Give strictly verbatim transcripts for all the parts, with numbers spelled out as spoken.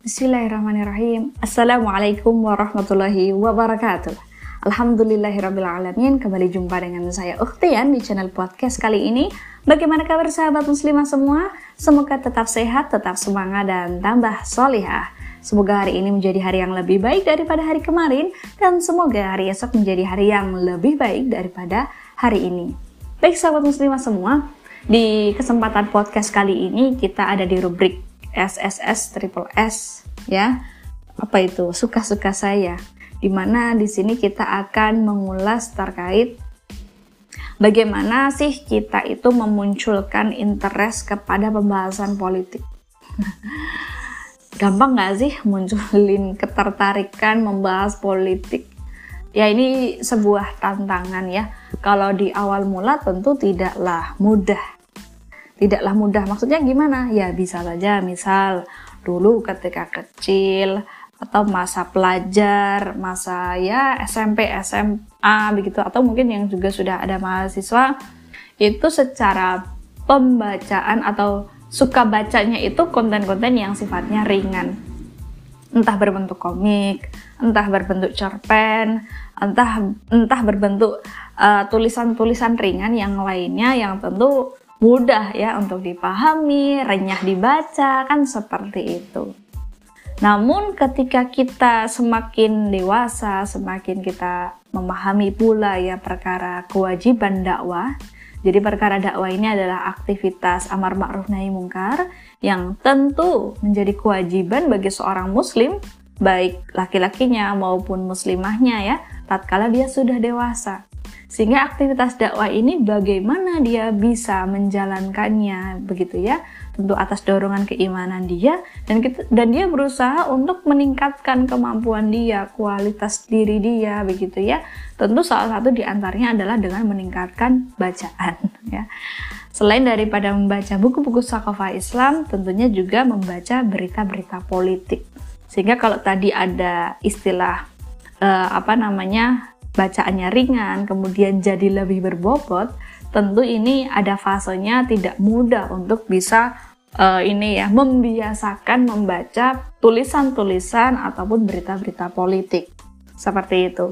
Bismillahirrahmanirrahim. Assalamualaikum warahmatullahi wabarakatuh. Alhamdulillahirrabbilalamin. Kembali jumpa dengan saya Ukhtian di channel podcast kali ini. Bagaimana kabar sahabat muslimah semua? Semoga tetap sehat, tetap semangat, dan tambah solihah. Semoga hari ini menjadi hari yang lebih baik daripada hari kemarin, dan semoga hari esok menjadi hari yang lebih baik daripada hari ini. Baik sahabat muslimah semua, di kesempatan podcast kali ini kita ada di rubrik S S S triple S, ya, apa itu suka-suka saya, dimana di sini kita akan mengulas terkait bagaimana sih kita itu memunculkan interest kepada pembahasan politik. Gampang nggak sih munculin ketertarikan membahas politik? Ya, ini sebuah tantangan ya. Kalau di awal mula tentu tidaklah mudah. Tidaklah mudah, maksudnya gimana? Ya bisa saja, misal dulu ketika kecil atau masa pelajar, masa ya S M P, S M A begitu, atau mungkin yang juga sudah ada mahasiswa, itu secara pembacaan atau suka bacanya itu konten-konten yang sifatnya ringan. Entah berbentuk komik, entah berbentuk cerpen, entah entah berbentuk uh, tulisan-tulisan ringan yang lainnya yang tentu mudah ya untuk dipahami, renyah dibaca, kan seperti itu. Namun ketika kita semakin dewasa, semakin kita memahami pula ya perkara kewajiban dakwah. Jadi perkara dakwah ini adalah aktivitas amar ma'ruf nahi mungkar yang tentu menjadi kewajiban bagi seorang muslim, baik laki-lakinya maupun muslimahnya ya, tatkala dia sudah dewasa. Sehingga aktivitas dakwah ini bagaimana dia bisa menjalankannya begitu ya, tentu atas dorongan keimanan dia, dan kita, dan dia berusaha untuk meningkatkan kemampuan dia, kualitas diri dia begitu ya. Tentu salah satu diantaranya adalah dengan meningkatkan bacaan ya. Selain daripada membaca buku-buku tsaqafah Islam, tentunya juga membaca berita-berita politik. Sehingga kalau tadi ada istilah uh, apa namanya bacaannya ringan, kemudian jadi lebih berbobot, tentu ini ada fasenya tidak mudah untuk bisa uh, ini ya, membiasakan membaca tulisan-tulisan ataupun berita-berita politik seperti itu.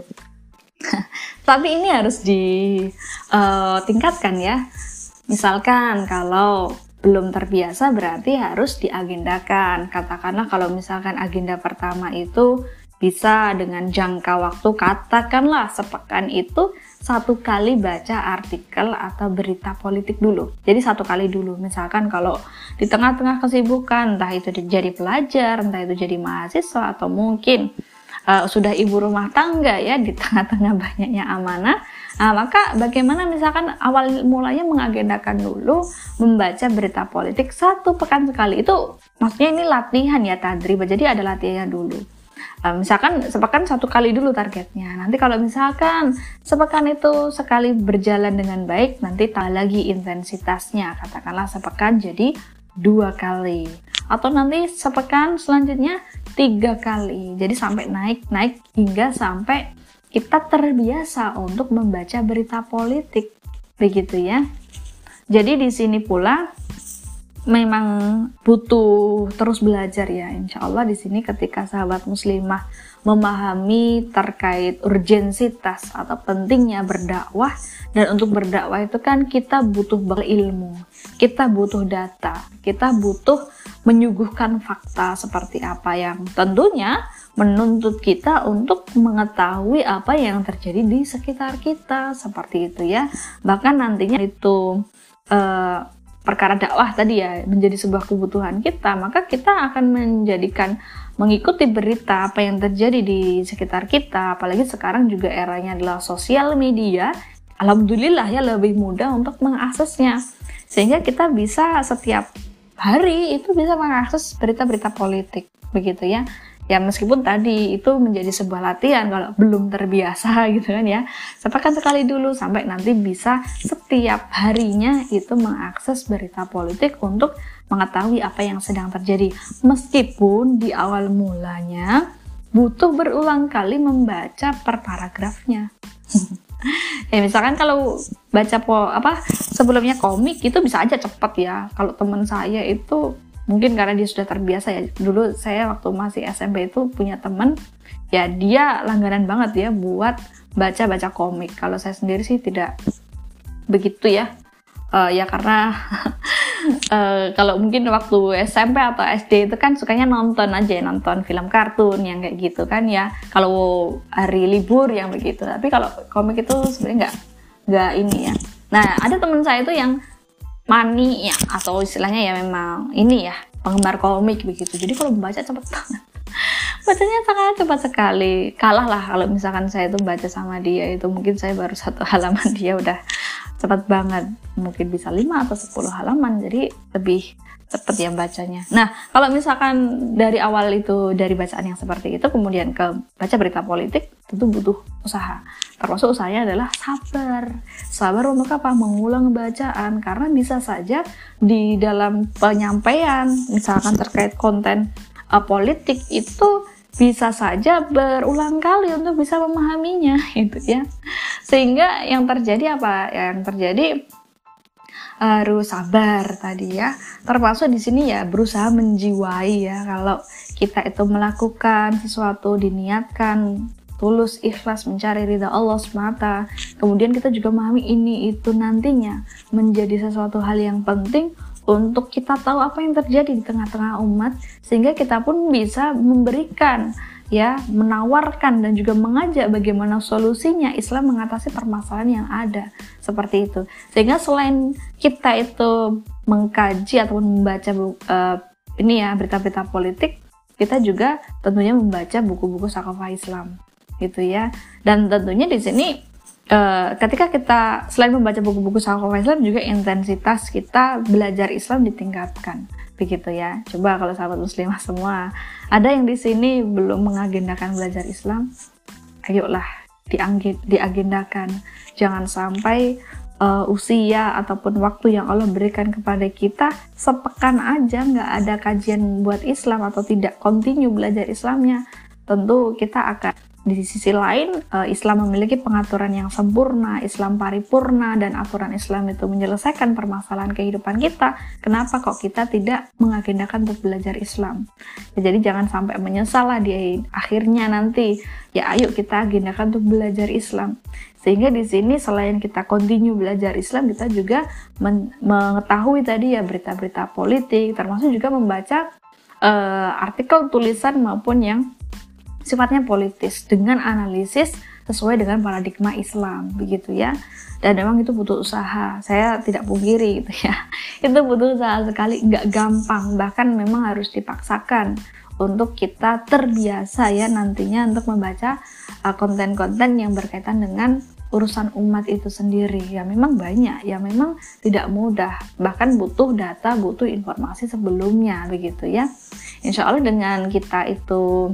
Tapi ini harus ditingkatkan uh, ya. Misalkan kalau belum terbiasa berarti harus diagendakan. Katakanlah kalau misalkan agenda pertama itu bisa dengan jangka waktu, katakanlah sepekan itu satu kali baca artikel atau berita politik dulu. Jadi satu kali dulu. Misalkan kalau di tengah-tengah kesibukan, entah itu jadi pelajar, entah itu jadi mahasiswa, atau mungkin uh, sudah ibu rumah tangga ya, di tengah-tengah banyaknya amanah. Nah, maka bagaimana misalkan awal mulanya mengagendakan dulu membaca berita politik satu pekan sekali. Itu maksudnya ini latihan ya, tadrib. Jadi ada latihannya dulu. Uh, misalkan sepekan satu kali dulu targetnya. Nanti kalau misalkan sepekan itu sekali berjalan dengan baik, nanti tambah lagi intensitasnya. Katakanlah sepekan jadi dua kali. Atau nanti sepekan selanjutnya tiga kali. Jadi sampai naik-naik hingga sampai kita terbiasa untuk membaca berita politik. Begitu ya. Jadi di sini pula memang butuh terus belajar ya, insya Allah di sini ketika sahabat muslimah memahami terkait urgensitas atau pentingnya berdakwah, dan untuk berdakwah itu kan kita butuh berilmu, kita butuh data, kita butuh menyuguhkan fakta seperti apa yang tentunya menuntut kita untuk mengetahui apa yang terjadi di sekitar kita, seperti itu ya. Bahkan nantinya itu uh, perkara dakwah tadi ya menjadi sebuah kebutuhan kita, maka kita akan menjadikan mengikuti berita apa yang terjadi di sekitar kita, apalagi sekarang juga eranya adalah sosial media. Alhamdulillah ya lebih mudah untuk mengaksesnya, sehingga kita bisa setiap hari itu bisa mengakses berita-berita politik begitu ya. Ya meskipun tadi itu menjadi sebuah latihan kalau belum terbiasa gitu kan ya. Sepekan sekali dulu sampai nanti bisa setiap harinya itu mengakses berita politik untuk mengetahui apa yang sedang terjadi. Meskipun di awal mulanya butuh berulang kali membaca per paragrafnya. Ya misalkan kalau baca po apa sebelumnya komik itu bisa aja cepet ya. Kalau teman saya itu Mungkin karena dia sudah terbiasa ya. Dulu saya waktu masih S M P itu punya teman, ya dia langganan banget ya buat baca-baca komik. Kalau saya sendiri sih tidak begitu ya. Uh, ya karena uh, kalau mungkin waktu S M P atau S D itu kan sukanya nonton aja, nonton film kartun yang kayak gitu kan ya. Kalau hari libur yang begitu. Tapi kalau komik itu sebenarnya nggak nggak ini ya. Nah ada teman saya itu yang mani ya, atau istilahnya ya memang ini ya penggemar komik begitu. Jadi kalau membaca cepet banget. Bacanya sangat cepat sekali. Kalah lah kalau misalkan saya itu baca sama dia itu mungkin saya baru satu halaman, dia udah cepat banget, mungkin bisa lima atau sepuluh halaman, jadi lebih cepat ya bacanya. Nah, kalau misalkan dari awal itu dari bacaan yang seperti itu kemudian ke baca berita politik, tentu butuh usaha. Termasuk usahanya adalah sabar. Sabar untuk apa? Mengulang bacaan, karena bisa saja di dalam penyampaian misalkan terkait konten uh, politik itu bisa saja berulang kali untuk bisa memahaminya gitu ya. Sehingga yang terjadi apa? Yang terjadi harus sabar tadi ya. Termasuk di sini ya berusaha menjiwai ya, kalau kita itu melakukan sesuatu diniatkan tulus ikhlas mencari ridha Allah semata. Kemudian kita juga memahami ini itu nantinya menjadi sesuatu hal yang penting untuk kita tahu apa yang terjadi di tengah-tengah umat, sehingga kita pun bisa memberikan ya, menawarkan dan juga mengajak bagaimana solusinya Islam mengatasi permasalahan yang ada seperti itu. Sehingga selain kita itu mengkaji atau membaca uh, ini ya berita-berita politik, kita juga tentunya membaca buku-buku sakofah Islam gitu ya. Dan tentunya di sini Uh, ketika kita selain membaca buku-buku sakofah Islam, juga intensitas kita belajar Islam ditingkatkan, begitu ya. Coba kalau sahabat muslimah semua, ada yang di sini belum mengagendakan belajar Islam, ayolah diagendakan. Jangan sampai uh, usia ataupun waktu yang Allah berikan kepada kita sepekan aja nggak ada kajian buat Islam atau tidak continue belajar Islamnya. Tentu kita akan di sisi lain, Islam memiliki pengaturan yang sempurna, Islam paripurna, dan aturan Islam itu menyelesaikan permasalahan kehidupan kita. Kenapa kok kita tidak mengagendakan untuk belajar Islam? Ya, jadi jangan sampai menyesal lah di akhirnya nanti. Ya ayo kita agendakan untuk belajar Islam. Sehingga di sini selain kita continue belajar Islam, kita juga mengetahui tadi ya berita-berita politik, termasuk juga membaca uh, artikel tulisan maupun yang sifatnya politis dengan analisis sesuai dengan paradigma Islam begitu ya. Dan memang itu butuh usaha, saya tidak pungkiri gitu ya, itu butuh usaha sekali, nggak gampang, bahkan memang harus dipaksakan untuk kita terbiasa ya nantinya untuk membaca uh, konten-konten yang berkaitan dengan urusan umat itu sendiri. Ya memang banyak, ya memang tidak mudah, bahkan butuh data, butuh informasi sebelumnya begitu ya. Insya Allah dengan kita itu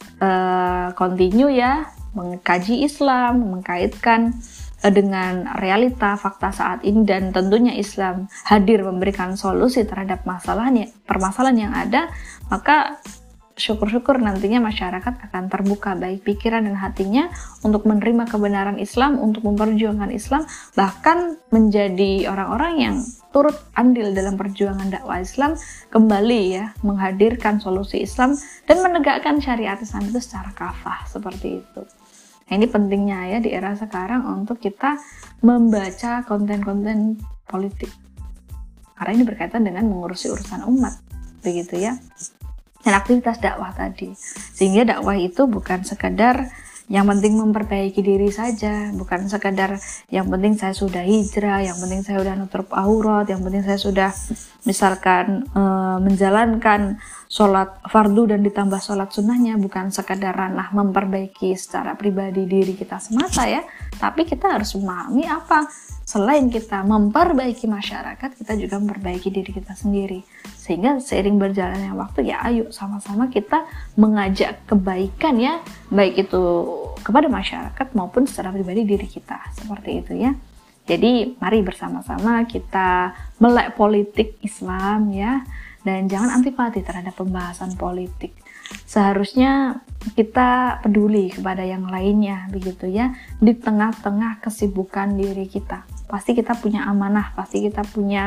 Uh, continue ya mengkaji Islam, mengkaitkan uh, dengan realita fakta saat ini, dan tentunya Islam hadir memberikan solusi terhadap masalahnya, permasalahan yang ada, maka syukur-syukur nantinya masyarakat akan terbuka baik pikiran dan hatinya untuk menerima kebenaran Islam, untuk memperjuangkan Islam, bahkan menjadi orang-orang yang turut andil dalam perjuangan dakwah Islam, kembali ya menghadirkan solusi Islam dan menegakkan syariat Islam itu secara kafah seperti itu. Nah, ini pentingnya ya di era sekarang untuk kita membaca konten-konten politik, karena ini berkaitan dengan mengurusi urusan umat begitu ya, dan aktivitas dakwah tadi. Sehingga dakwah itu bukan sekedar yang penting memperbaiki diri saja, bukan sekadar yang penting saya sudah hijrah, yang penting saya sudah nutup aurat, yang penting saya sudah misalkan e, menjalankan sholat fardu dan ditambah sholat sunnahnya, bukan sekadar ranah memperbaiki secara pribadi diri kita semata ya, tapi kita harus memahami apa, selain kita memperbaiki masyarakat, kita juga memperbaiki diri kita sendiri. Sehingga seiring berjalannya waktu ya ayo sama-sama kita mengajak kebaikan ya, baik itu kepada masyarakat maupun secara pribadi diri kita, seperti itu ya. Jadi mari bersama-sama kita melek politik Islam ya, dan jangan antipati terhadap pembahasan politik. Seharusnya kita peduli kepada yang lainnya begitu ya, di tengah-tengah kesibukan diri kita. Pasti kita punya amanah, pasti kita punya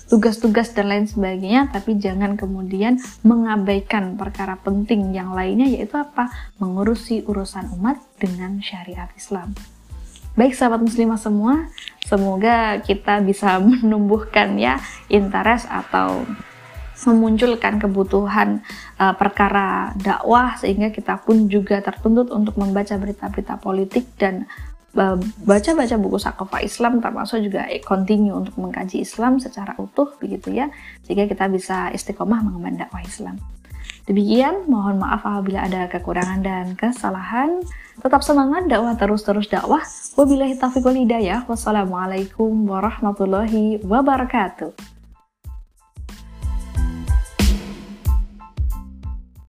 tugas-tugas dan lain sebagainya, tapi jangan kemudian mengabaikan perkara penting yang lainnya, yaitu apa? Mengurusi urusan umat dengan syariat Islam. Baik sahabat muslimah semua, semoga kita bisa menumbuhkan ya interest atau memunculkan kebutuhan uh, perkara dakwah, sehingga kita pun juga tertuntut untuk membaca berita-berita politik dan uh, baca-baca buku Saqafah Islam, termasuk juga continue untuk mengkaji Islam secara utuh begitu ya, sehingga kita bisa istiqomah mengemban dakwah Islam. Demikian, mohon maaf apabila ada kekurangan dan kesalahan. Tetap semangat dakwah, terus-terus dakwah. Wabillahi taufiq wal hidayah. Wassalamualaikum warahmatullahi wabarakatuh.